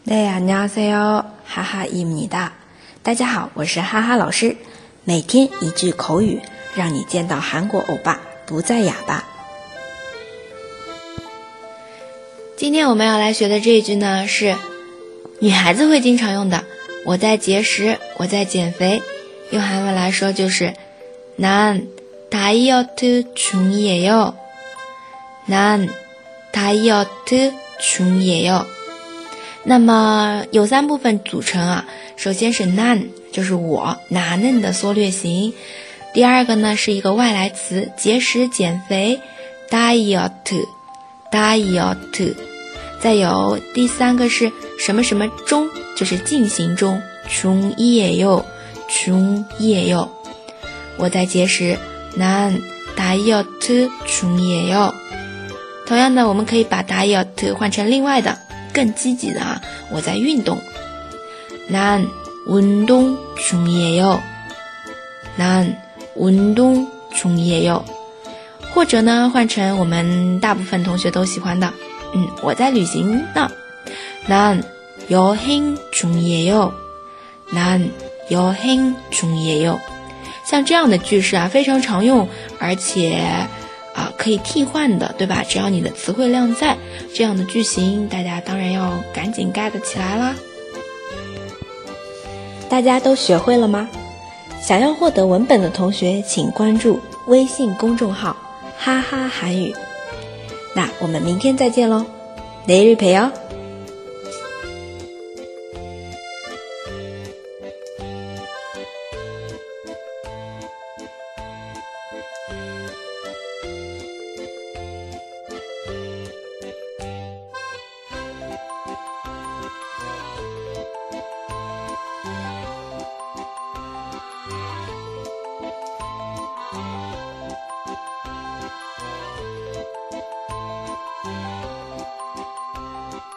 네, 안녕하세요. 하하입니다. 大家好，我是哈哈老师。每天一句口语，让你见到韩国欧巴不再哑巴。 今天我们要来学的这一句呢，是女孩子会经常用的。我在节食，我在减肥。用韩文来说就是난 다이어트 중이에요. 난 다이어트 중이에요. 那么有三部分组成啊，首先是난，就是我나는的缩略型。第二个呢是一个外来词，节食减肥，diet。再有第三个是什么什么中，就是进行中，중이에요。我在节食，난 다이어트 중이에요。同样的，我们可以把diet换成另外的更积极的啊，我在运动，난 운동 중이에요。난 운동 중이에요。或者呢，换成我们大部分同学都喜欢的，我在旅行呢，난 여행 중이에요。난 여행 중이에요。像这样的句式啊，非常常用，而且可以替换的，对吧？只要你的词汇量在，这样的句型大家当然要赶紧 get 起来啦。 大家都学会了吗？想要获得文本的同学，请关注微信公众号哈哈韩语。那我们明天再见喽，내일 봬요。